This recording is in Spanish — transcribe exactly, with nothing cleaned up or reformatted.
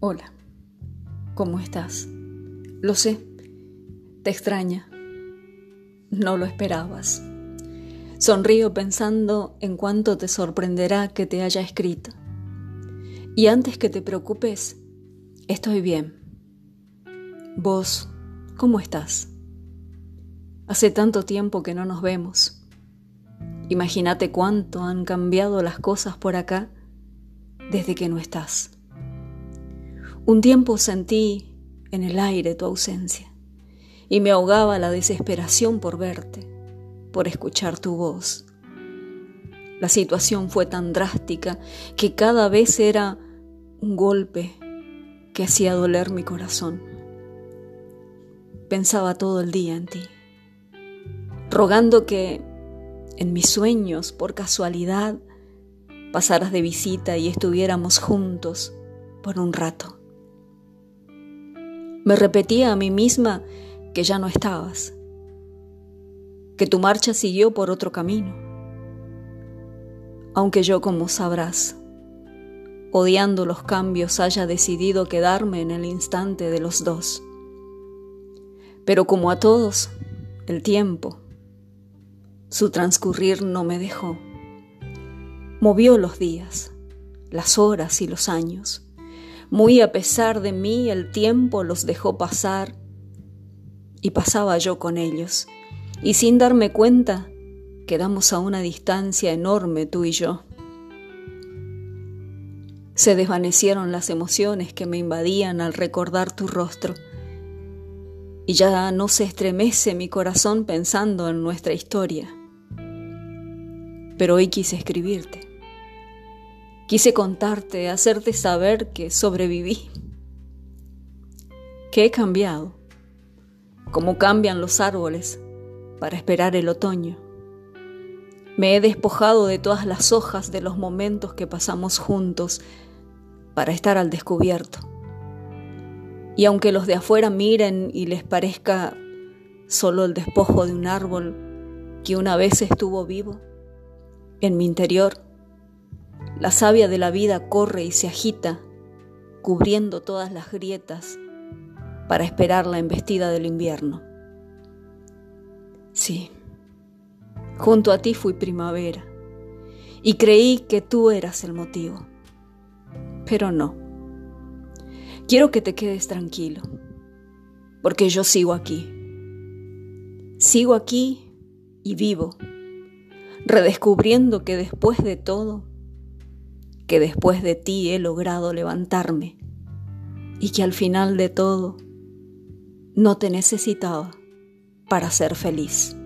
Hola, ¿cómo estás? Lo sé, te extraña, no lo esperabas. Sonrío pensando en cuánto te sorprenderá que te haya escrito. Y antes que te preocupes, estoy bien. ¿Vos, cómo estás? Hace tanto tiempo que no nos vemos. Imagínate cuánto han cambiado las cosas por acá desde que no estás. Un tiempo sentí en el aire tu ausencia y me ahogaba la desesperación por verte, por escuchar tu voz. La situación fue tan drástica que cada vez era un golpe que hacía doler mi corazón. Pensaba todo el día en ti, rogando que en mis sueños, por casualidad, pasaras de visita y estuviéramos juntos por un rato. Me repetía a mí misma que ya no estabas, que tu marcha siguió por otro camino. Aunque yo, como sabrás, odiando los cambios, haya decidido quedarme en el instante de los dos. Pero como a todos, el tiempo, su transcurrir no me dejó. Movió los días, las horas y los años. Muy a pesar de mí, el tiempo los dejó pasar y pasaba yo con ellos. Y sin darme cuenta, quedamos a una distancia enorme tú y yo. Se desvanecieron las emociones que me invadían al recordar tu rostro. Y ya no se estremece mi corazón pensando en nuestra historia. Pero hoy quise escribirte. Quise contarte, hacerte saber que sobreviví, que he cambiado, como cambian los árboles para esperar el otoño. Me he despojado de todas las hojas de los momentos que pasamos juntos para estar al descubierto. Y aunque los de afuera miren y les parezca solo el despojo de un árbol que una vez estuvo vivo, en mi interior la savia de la vida corre y se agita, cubriendo todas las grietas para esperar la embestida del invierno. Sí, junto a ti fui primavera y creí que tú eras el motivo, pero no. Quiero que te quedes tranquilo, porque yo sigo aquí. Sigo aquí y vivo, redescubriendo que después de todo, que después de ti he logrado levantarme y que al final de todo no te necesitaba para ser feliz.